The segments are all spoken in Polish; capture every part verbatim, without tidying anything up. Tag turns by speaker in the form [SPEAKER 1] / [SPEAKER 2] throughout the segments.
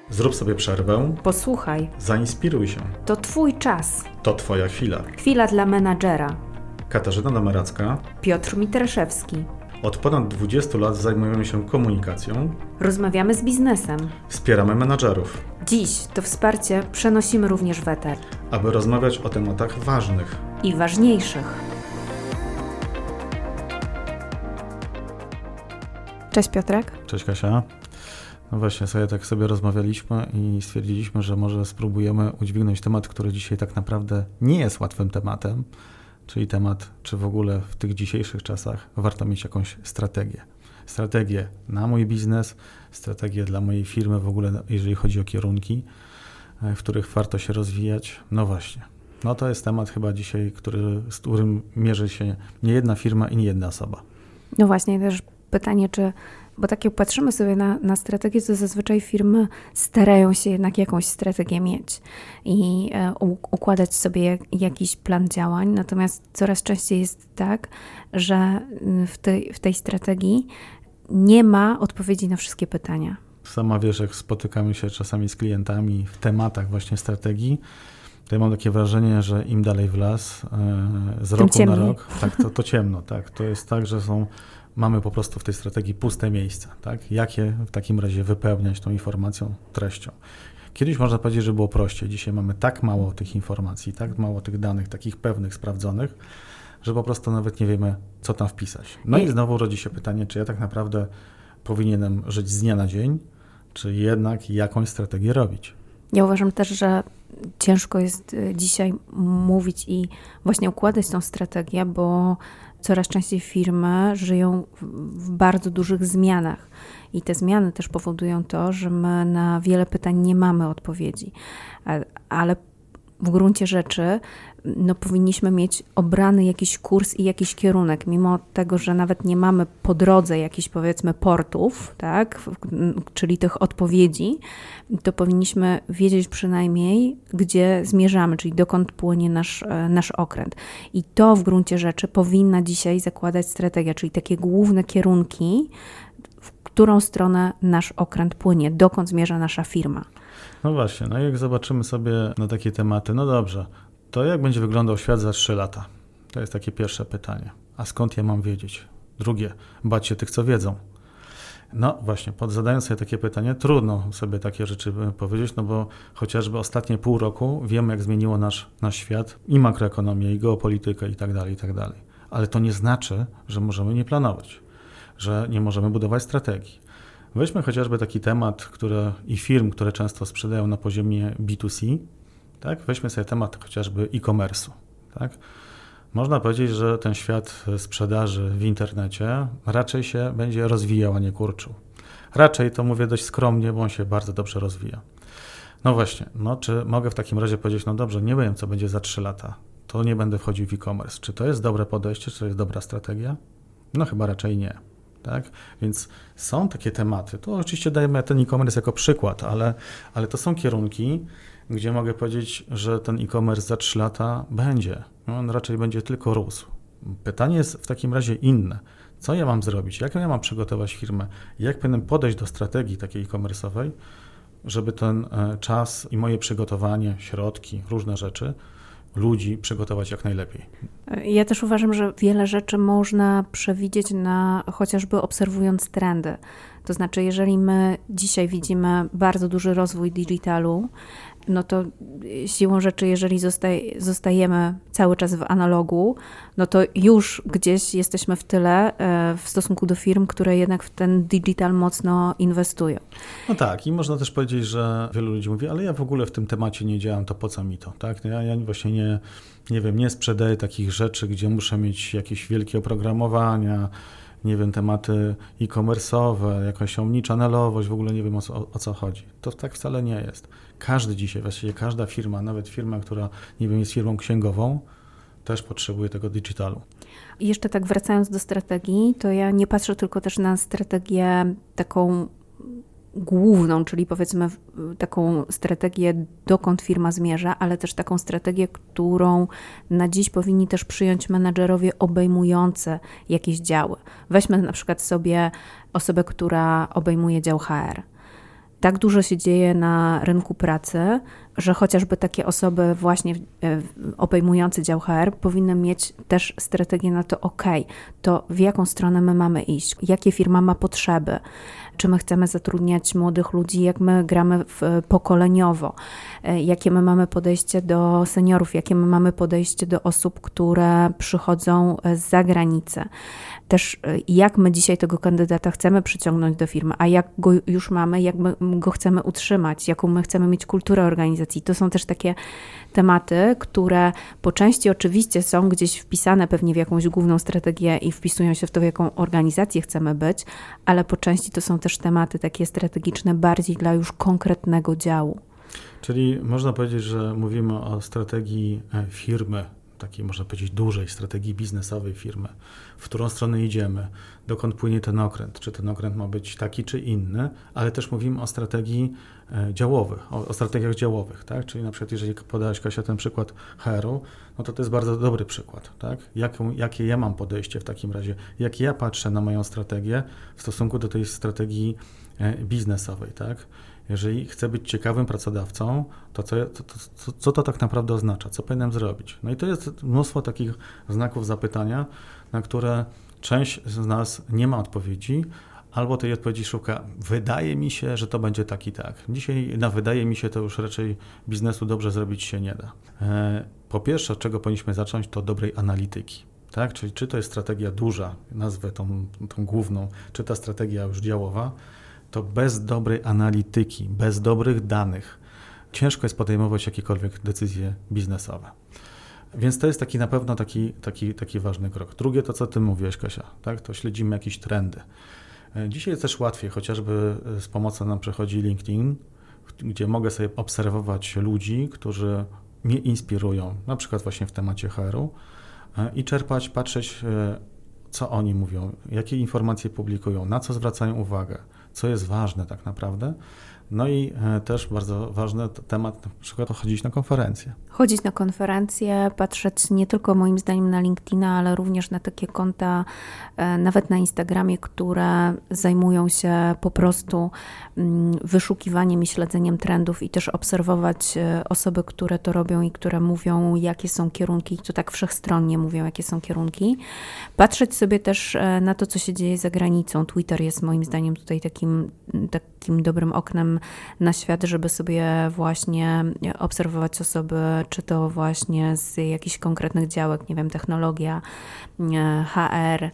[SPEAKER 1] Zrób sobie przerwę.
[SPEAKER 2] Posłuchaj.
[SPEAKER 1] Zainspiruj się.
[SPEAKER 2] To Twój czas.
[SPEAKER 1] To Twoja chwila.
[SPEAKER 2] Chwila dla menadżera.
[SPEAKER 1] Katarzyna Dameracka.
[SPEAKER 2] Piotr Mitraszewski.
[SPEAKER 1] Od ponad dwudziestu lat zajmujemy się komunikacją.
[SPEAKER 2] Rozmawiamy z biznesem.
[SPEAKER 1] Wspieramy menadżerów.
[SPEAKER 2] Dziś to wsparcie przenosimy również w eter.
[SPEAKER 1] Aby rozmawiać o tematach ważnych.
[SPEAKER 2] I ważniejszych. Cześć Piotrek.
[SPEAKER 1] Cześć Kasia. No właśnie, sobie tak sobie rozmawialiśmy i stwierdziliśmy, że może spróbujemy udźwignąć temat, który dzisiaj tak naprawdę nie jest łatwym tematem, czyli temat, czy w ogóle w tych dzisiejszych czasach warto mieć jakąś strategię. Strategię na mój biznes, strategię dla mojej firmy w ogóle, jeżeli chodzi o kierunki, w których warto się rozwijać. No właśnie, no to jest temat chyba dzisiaj, który, z którym mierzy się nie jedna firma i nie jedna osoba.
[SPEAKER 2] No właśnie, też pytanie, czy, bo tak jak patrzymy sobie na, na strategię, to zazwyczaj firmy starają się jednak jakąś strategię mieć i e, u, układać sobie jak, jakiś plan działań, natomiast coraz częściej jest tak, że w tej, w tej strategii nie ma odpowiedzi na wszystkie pytania.
[SPEAKER 1] Sama wiesz, jak spotykamy się czasami z klientami w tematach właśnie strategii, to ja mam takie wrażenie, że im dalej w las, e, z roku na rok, tak, to, to ciemno, tak. To jest tak, że są mamy po prostu w tej strategii puste miejsca, tak? Jak je w takim razie wypełniać tą informacją, treścią. Kiedyś można powiedzieć, że było prościej. Dzisiaj mamy tak mało tych informacji, tak mało tych danych, takich pewnych, sprawdzonych, że po prostu nawet nie wiemy, co tam wpisać. No i, i znowu rodzi się pytanie, czy ja tak naprawdę powinienem żyć z dnia na dzień, czy jednak jakąś strategię robić.
[SPEAKER 2] Ja uważam też, że ciężko jest dzisiaj mówić i właśnie układać tą strategię, bo coraz częściej firmy żyją w bardzo dużych zmianach i te zmiany też powodują to, że my na wiele pytań nie mamy odpowiedzi, ale w gruncie rzeczy no, powinniśmy mieć obrany jakiś kurs i jakiś kierunek, mimo tego, że nawet nie mamy po drodze jakichś powiedzmy portów, tak, czyli tych odpowiedzi, to powinniśmy wiedzieć przynajmniej, gdzie zmierzamy, czyli dokąd płynie nasz, nasz okręt. I to w gruncie rzeczy powinna dzisiaj zakładać strategia, czyli takie główne kierunki, w którą stronę nasz okręt płynie, dokąd zmierza nasza firma.
[SPEAKER 1] No właśnie, no jak zobaczymy sobie na takie tematy, no dobrze, to jak będzie wyglądał świat za trzy lata? To jest takie pierwsze pytanie. A skąd ja mam wiedzieć? Drugie, bać się tych, co wiedzą. No właśnie, pod zadając sobie takie pytanie, trudno sobie takie rzeczy powiedzieć, no bo chociażby ostatnie pół roku wiemy, jak zmieniło nasz, nasz świat i makroekonomię, i geopolitykę i tak dalej, i tak dalej. Ale to nie znaczy, że możemy nie planować, że nie możemy budować strategii. Weźmy chociażby taki temat, który i firm, które często sprzedają na poziomie B dwa C, tak? Weźmy sobie temat chociażby e-commerce'u, tak? Można powiedzieć, że ten świat sprzedaży w internecie raczej się będzie rozwijał, a nie kurczył. Raczej to mówię dość skromnie, bo on się bardzo dobrze rozwija. No właśnie, no czy mogę w takim razie powiedzieć, no dobrze, nie wiem, co będzie za trzy lata, to nie będę wchodził w e-commerce. Czy to jest dobre podejście, czy to jest dobra strategia? No chyba raczej nie. Tak? Więc są takie tematy. Tu oczywiście dajemy ten e-commerce jako przykład, ale, ale to są kierunki, gdzie mogę powiedzieć, że ten e-commerce za trzy lata będzie. On raczej będzie tylko rósł. Pytanie jest w takim razie inne. Co ja mam zrobić? Jak ja mam przygotować firmę? Jak powinienem podejść do strategii takiej e-commerce'owej, żeby ten czas i moje przygotowanie, środki, różne rzeczy ludzi przygotować jak najlepiej.
[SPEAKER 2] Ja też uważam, że wiele rzeczy można przewidzieć na chociażby obserwując trendy. To znaczy, jeżeli my dzisiaj widzimy bardzo duży rozwój digitalu, no to siłą rzeczy, jeżeli zostaj, zostajemy cały czas w analogu, no to już gdzieś jesteśmy w tyle w stosunku do firm, które jednak w ten digital mocno inwestują.
[SPEAKER 1] No tak, i można też powiedzieć, że wielu ludzi mówi, ale ja w ogóle w tym temacie nie działam, to po co mi to? Tak? Ja, ja właśnie nie, nie wiem, nie sprzedaję takich rzeczy, gdzie muszę mieć jakieś wielkie oprogramowania, nie wiem, tematy e-commerce'owe, jakaś omnichannel'owość, w ogóle nie wiem o co, o co chodzi. To tak wcale nie jest. Każdy dzisiaj, właściwie każda firma, nawet firma, która, nie wiem, jest firmą księgową, też potrzebuje tego digitalu.
[SPEAKER 2] I jeszcze tak wracając do strategii, to ja nie patrzę tylko też na strategię taką główną, czyli powiedzmy taką strategię, dokąd firma zmierza, ale też taką strategię, którą na dziś powinni też przyjąć menadżerowie obejmujące jakieś działy. Weźmy na przykład sobie osobę, która obejmuje dział H R. tak dużo się dzieje na rynku pracy, że chociażby takie osoby właśnie obejmujące dział H R powinny mieć też strategię na to, ok, to w jaką stronę my mamy iść, jakie firma ma potrzeby, czy my chcemy zatrudniać młodych ludzi, jak my gramy w, pokoleniowo, jakie my mamy podejście do seniorów, jakie my mamy podejście do osób, które przychodzą z zagranicy. Też jak my dzisiaj tego kandydata chcemy przyciągnąć do firmy, a jak go już mamy, jak my go chcemy utrzymać, jaką my chcemy mieć kulturę organizacji. To są też takie tematy, które po części oczywiście są gdzieś wpisane pewnie w jakąś główną strategię i wpisują się w to, w jaką organizację chcemy być, ale po części to są też tematy takie strategiczne bardziej dla już konkretnego działu.
[SPEAKER 1] Czyli można powiedzieć, że mówimy o strategii firmy, takiej można powiedzieć dużej strategii biznesowej firmy, w którą stronę idziemy, dokąd płynie ten okręt, czy ten okręt ma być taki czy inny, ale też mówimy o strategii działowych, o, o strategiach działowych, tak? Czyli na przykład jeżeli podałeś, Kasia, ten przykład H R-u, no to to jest bardzo dobry przykład, tak? Jaką, jakie ja mam podejście w takim razie, jak ja patrzę na moją strategię w stosunku do tej strategii biznesowej, tak? Jeżeli chcę być ciekawym pracodawcą, to co, to, to, to co to tak naprawdę oznacza? Co powinienem zrobić? No i to jest mnóstwo takich znaków zapytania, na które część z nas nie ma odpowiedzi, albo tej odpowiedzi szuka. Wydaje mi się, że to będzie tak i tak. Dzisiaj na wydaje mi się to już raczej biznesu dobrze zrobić się nie da. Po pierwsze, od czego powinniśmy zacząć, to dobrej analityki. Tak? Czyli czy to jest strategia duża, nazwę tą, tą główną, czy ta strategia już działowa, to bez dobrej analityki, bez dobrych danych ciężko jest podejmować jakiekolwiek decyzje biznesowe. Więc to jest taki na pewno taki, taki, taki ważny krok. Drugie to, co ty mówiłeś, Kasia, tak? To śledzimy jakieś trendy. Dzisiaj jest też łatwiej, chociażby z pomocą nam przychodzi LinkedIn, gdzie mogę sobie obserwować ludzi, którzy mnie inspirują, na przykład właśnie w temacie H R-u i czerpać, patrzeć, co oni mówią, jakie informacje publikują, na co zwracają uwagę, co jest ważne tak naprawdę. No i też bardzo ważny temat, na przykład chodzić na konferencje.
[SPEAKER 2] Chodzić na konferencje, patrzeć nie tylko moim zdaniem na LinkedIna, ale również na takie konta, nawet na Instagramie, które zajmują się po prostu wyszukiwaniem i śledzeniem trendów i też obserwować osoby, które to robią i które mówią, jakie są kierunki, to tak wszechstronnie mówią, jakie są kierunki. Patrzeć sobie też na to, co się dzieje za granicą. Twitter jest moim zdaniem tutaj takim, takim dobrym oknem na świat, żeby sobie właśnie obserwować osoby, czy to właśnie z jakichś konkretnych działek, nie wiem, technologia, H R,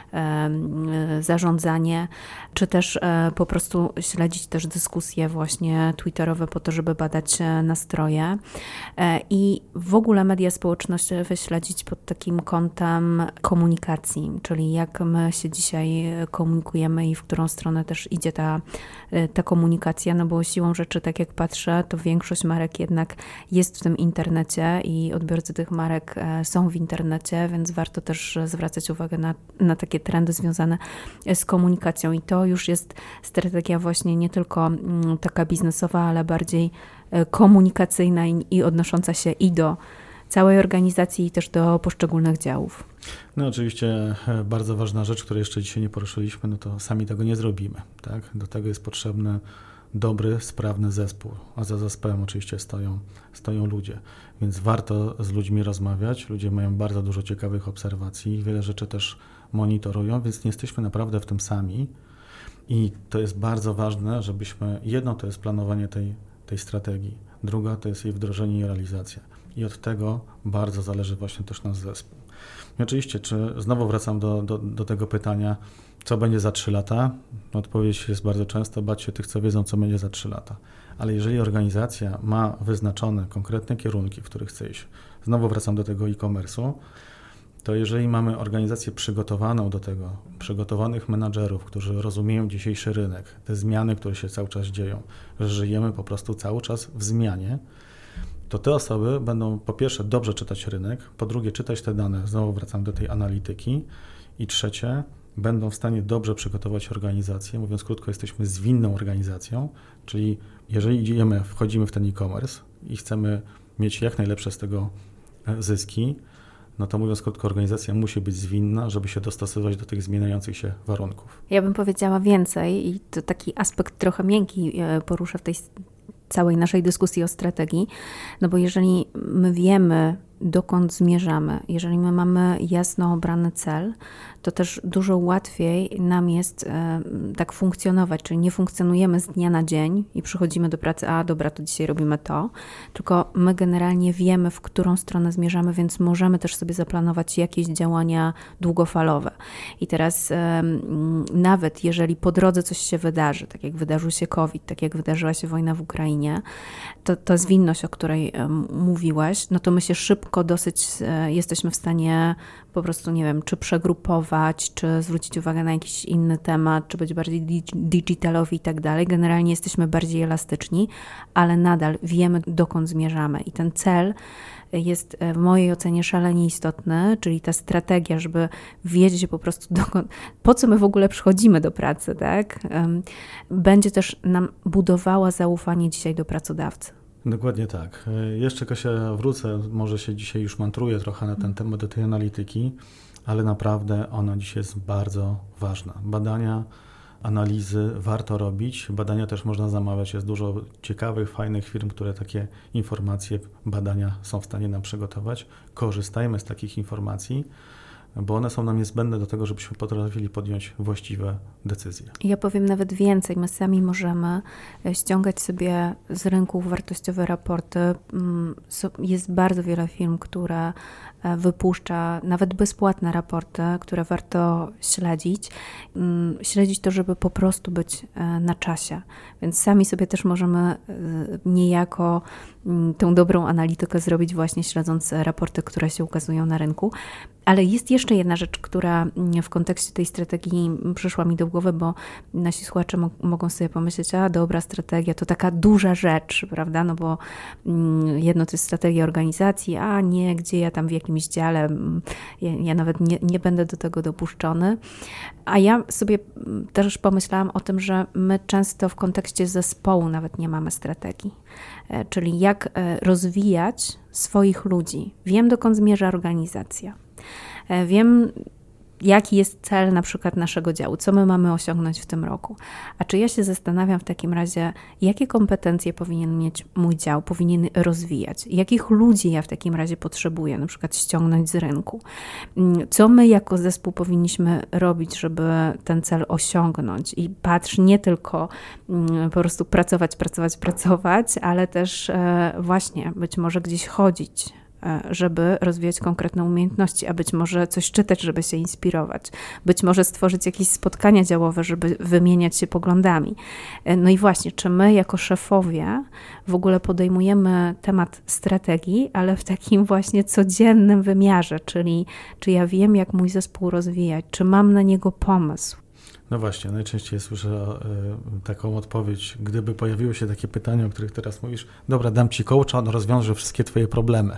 [SPEAKER 2] zarządzanie, czy też po prostu śledzić też dyskusje właśnie twitterowe po to, żeby badać nastroje i w ogóle media społecznościowe śledzić pod takim kątem komunikacji, czyli jak my się dzisiaj komunikujemy i w którą stronę też idzie ta, ta komunikacja, no bo siłą rzeczy, tak jak patrzę, to większość marek jednak jest w tym internecie i odbiorcy tych marek są w internecie, więc warto też zwracać uwagę na, na takie trendy związane z komunikacją i to już jest strategia właśnie nie tylko taka biznesowa, ale bardziej komunikacyjna i, i odnosząca się i do całej organizacji i też do poszczególnych działów.
[SPEAKER 1] No oczywiście bardzo ważna rzecz, której jeszcze dzisiaj nie poruszyliśmy, no to sami tego nie zrobimy, tak? Do tego jest potrzebny dobry, sprawny zespół, a za zespołem oczywiście stoją, stoją ludzie, więc warto z ludźmi rozmawiać. Ludzie mają bardzo dużo ciekawych obserwacji, wiele rzeczy też monitorują, więc nie jesteśmy naprawdę w tym sami i to jest bardzo ważne, żebyśmy, jedno to jest planowanie tej, tej strategii, druga to jest jej wdrożenie i realizacja i od tego bardzo zależy właśnie też nasz zespół. I oczywiście, czy znowu wracam do, do, do tego pytania, co będzie za trzy lata? Odpowiedź jest bardzo często, bać się tych, co wiedzą, co będzie za trzy lata. Ale jeżeli organizacja ma wyznaczone konkretne kierunki, w których chce iść, znowu wracam do tego e-commerce'u, to jeżeli mamy organizację przygotowaną do tego, przygotowanych menadżerów, którzy rozumieją dzisiejszy rynek, te zmiany, które się cały czas dzieją, że żyjemy po prostu cały czas w zmianie, to te osoby będą po pierwsze dobrze czytać rynek, po drugie czytać te dane, znowu wracam do tej analityki i trzecie, będą w stanie dobrze przygotować organizację. Mówiąc krótko, jesteśmy zwinną organizacją, czyli jeżeli idziemy, wchodzimy w ten e-commerce i chcemy mieć jak najlepsze z tego zyski, no to mówiąc krótko, organizacja musi być zwinna, żeby się dostosować do tych zmieniających się warunków.
[SPEAKER 2] Ja bym powiedziała więcej i to taki aspekt trochę miękki poruszę w tej całej naszej dyskusji o strategii, no bo jeżeli my wiemy, dokąd zmierzamy, jeżeli my mamy jasno obrany cel, to też dużo łatwiej nam jest e, tak funkcjonować, czyli nie funkcjonujemy z dnia na dzień i przychodzimy do pracy, a dobra, to dzisiaj robimy to, tylko my generalnie wiemy, w którą stronę zmierzamy, więc możemy też sobie zaplanować jakieś działania długofalowe. I teraz e, nawet jeżeli po drodze coś się wydarzy, tak jak wydarzył się COVID, tak jak wydarzyła się wojna w Ukrainie, to ta zwinność, o której e, mówiłaś, no to my się szybko dosyć e, jesteśmy w stanie po prostu, nie wiem, czy przegrupować, czy zwrócić uwagę na jakiś inny temat, czy być bardziej digitalowi i tak dalej. Generalnie jesteśmy bardziej elastyczni, ale nadal wiemy, dokąd zmierzamy. I ten cel jest w mojej ocenie szalenie istotny, czyli ta strategia, żeby wiedzieć po prostu dokąd, po co my w ogóle przychodzimy do pracy, tak? Będzie też nam budowała zaufanie dzisiaj do pracodawcy.
[SPEAKER 1] Dokładnie tak. Jeszcze, Kasia, wrócę, może się dzisiaj już mantruję trochę na ten temat do tej analityki, ale naprawdę ona dzisiaj jest bardzo ważna. Badania, analizy warto robić. Badania też można zamawiać. Jest dużo ciekawych, fajnych firm, które takie informacje, badania są w stanie nam przygotować. Korzystajmy z takich informacji, bo one są nam niezbędne do tego, żebyśmy potrafili podjąć właściwe decyzje.
[SPEAKER 2] Ja powiem nawet więcej. My sami możemy ściągać sobie z rynku wartościowe raporty. Jest bardzo wiele firm, które wypuszcza nawet bezpłatne raporty, które warto śledzić. Śledzić to, żeby po prostu być na czasie. Więc sami sobie też możemy niejako tę dobrą analitykę zrobić właśnie śledząc raporty, które się ukazują na rynku. Ale jest jeszcze jedna rzecz, która w kontekście tej strategii przyszła mi do głowy, bo nasi słuchacze mo- mogą sobie pomyśleć, a dobra, strategia to taka duża rzecz, prawda, no bo jedno to jest strategia organizacji, a nie, gdzie ja tam w jakimś dziale, ja, ja nawet nie, nie będę do tego dopuszczony. A ja sobie też pomyślałam o tym, że my często w kontekście zespołu nawet nie mamy strategii, czyli jak rozwijać swoich ludzi. Wiem, dokąd zmierza organizacja. Wiem, jaki jest cel na przykład naszego działu, co my mamy osiągnąć w tym roku. A czy ja się zastanawiam w takim razie, jakie kompetencje powinien mieć mój dział, powinien rozwijać, jakich ludzi ja w takim razie potrzebuję, na przykład ściągnąć z rynku. Co my jako zespół powinniśmy robić, żeby ten cel osiągnąć i patrz, nie tylko po prostu pracować, pracować, pracować, ale też właśnie być może gdzieś chodzić, żeby rozwijać konkretne umiejętności, a być może coś czytać, żeby się inspirować, być może stworzyć jakieś spotkania działowe, żeby wymieniać się poglądami. No i właśnie, czy my jako szefowie w ogóle podejmujemy temat strategii, ale w takim właśnie codziennym wymiarze, czyli czy ja wiem, jak mój zespół rozwijać, czy mam na niego pomysł.
[SPEAKER 1] No właśnie, najczęściej słyszę y, taką odpowiedź, gdyby pojawiły się takie pytania, o których teraz mówisz, dobra, dam ci coacha, on rozwiąże wszystkie twoje problemy.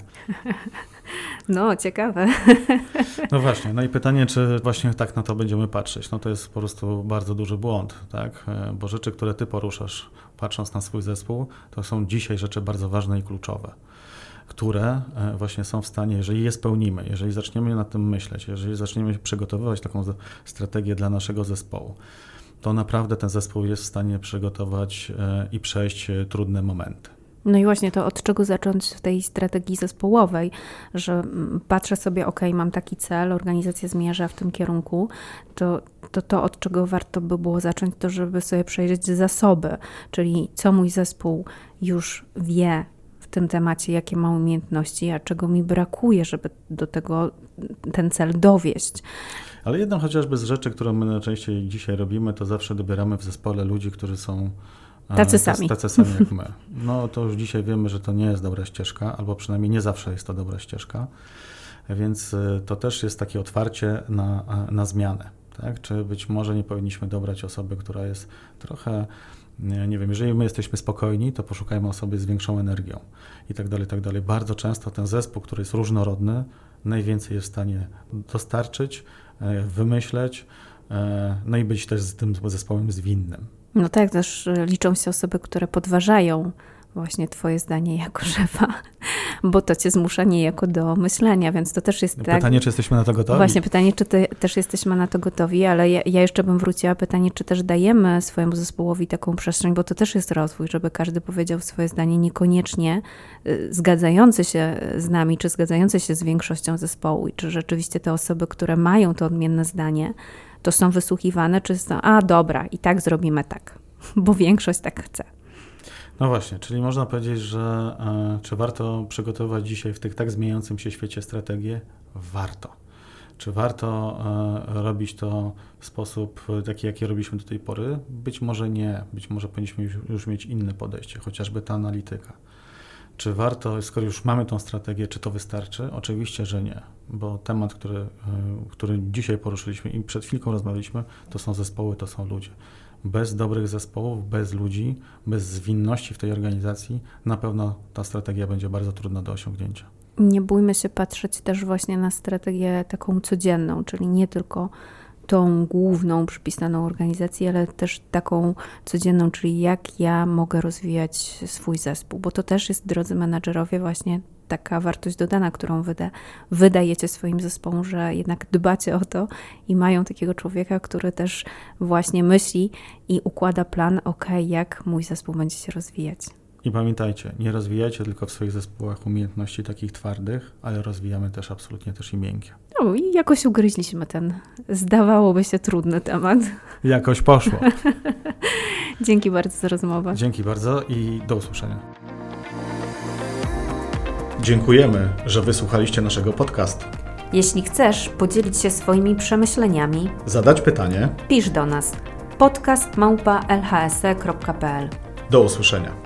[SPEAKER 2] No, ciekawe.
[SPEAKER 1] No właśnie, no i pytanie, czy właśnie tak na to będziemy patrzeć. No to jest po prostu bardzo duży błąd, tak? Bo rzeczy, które ty poruszasz, patrząc na swój zespół, to są dzisiaj rzeczy bardzo ważne i kluczowe, które właśnie są w stanie, jeżeli je spełnimy, jeżeli zaczniemy nad tym myśleć, jeżeli zaczniemy przygotowywać taką strategię dla naszego zespołu, to naprawdę ten zespół jest w stanie przygotować i przejść trudne momenty.
[SPEAKER 2] No i właśnie to, od czego zacząć w tej strategii zespołowej, że patrzę sobie, ok, mam taki cel, organizacja zmierza w tym kierunku, to, to to, od czego warto by było zacząć, to żeby sobie przejrzeć zasoby, czyli co mój zespół już wie w tym temacie, jakie ma umiejętności, a czego mi brakuje, żeby do tego ten cel dowieść.
[SPEAKER 1] Ale jedną chociażby z rzeczy, którą my najczęściej dzisiaj robimy, to zawsze dobieramy w zespole ludzi, którzy są
[SPEAKER 2] Tacy sami.
[SPEAKER 1] Tacy sami jak my. No to już dzisiaj wiemy, że to nie jest dobra ścieżka, albo przynajmniej nie zawsze jest to dobra ścieżka, więc to też jest takie otwarcie na, na zmianę. Tak? Czy być może nie powinniśmy dobrać osoby, która jest trochę, nie, nie wiem, jeżeli my jesteśmy spokojni, to poszukajmy osoby z większą energią i tak dalej, i tak dalej. Bardzo często ten zespół, który jest różnorodny, najwięcej jest w stanie dostarczyć, wymyśleć, no i być też z tym zespołem zwinnym.
[SPEAKER 2] No tak, też liczą się osoby, które podważają właśnie twoje zdanie jako szefa, bo to cię zmusza niejako do myślenia, więc to też jest tak...
[SPEAKER 1] Pytanie, czy jesteśmy na to gotowi?
[SPEAKER 2] Właśnie, pytanie, czy ty, też jesteśmy na to gotowi, ale ja, ja jeszcze bym wróciła, pytanie, czy też dajemy swojemu zespołowi taką przestrzeń, bo to też jest rozwój, żeby każdy powiedział swoje zdanie, niekoniecznie y, zgadzający się z nami, czy zgadzający się z większością zespołu i czy rzeczywiście te osoby, które mają to odmienne zdanie, to są wysłuchiwane, czy są, a dobra, i tak zrobimy tak, bo większość tak chce.
[SPEAKER 1] No właśnie, czyli można powiedzieć, że e, czy warto przygotować dzisiaj w tych tak zmieniającym się świecie strategię? Warto. Czy warto e, robić to w sposób taki, jaki robiliśmy do tej pory? Być może nie. Być może powinniśmy już, już mieć inne podejście, chociażby ta analityka. Czy warto, skoro już mamy tą strategię, czy to wystarczy? Oczywiście, że nie, bo temat, który, e, który dzisiaj poruszyliśmy i przed chwilką rozmawialiśmy, to są zespoły, to są ludzie. Bez dobrych zespołów, bez ludzi, bez zwinności w tej organizacji na pewno ta strategia będzie bardzo trudna do osiągnięcia.
[SPEAKER 2] Nie bójmy się patrzeć też właśnie na strategię taką codzienną, czyli nie tylko tą główną przypisaną organizacji, ale też taką codzienną, czyli jak ja mogę rozwijać swój zespół, bo to też jest, drodzy menadżerowie, właśnie taka wartość dodana, którą wyda, wydajecie swoim zespołom, że jednak dbacie o to i mają takiego człowieka, który też właśnie myśli i układa plan, ok, jak mój zespół będzie się rozwijać.
[SPEAKER 1] I pamiętajcie, nie rozwijajcie tylko w swoich zespołach umiejętności takich twardych, ale rozwijamy też absolutnie też i miękkie.
[SPEAKER 2] No i jakoś ugryźliśmy ten, zdawałoby się, trudny temat.
[SPEAKER 1] Jakoś poszło.
[SPEAKER 2] Dzięki bardzo za rozmowę.
[SPEAKER 1] Dzięki bardzo i do usłyszenia. Dziękujemy, że wysłuchaliście naszego podcastu.
[SPEAKER 2] Jeśli chcesz podzielić się swoimi przemyśleniami,
[SPEAKER 1] Zadać pytanie.
[SPEAKER 2] pisz do nas podcast małpa l h s e kropka p l.
[SPEAKER 1] Do usłyszenia.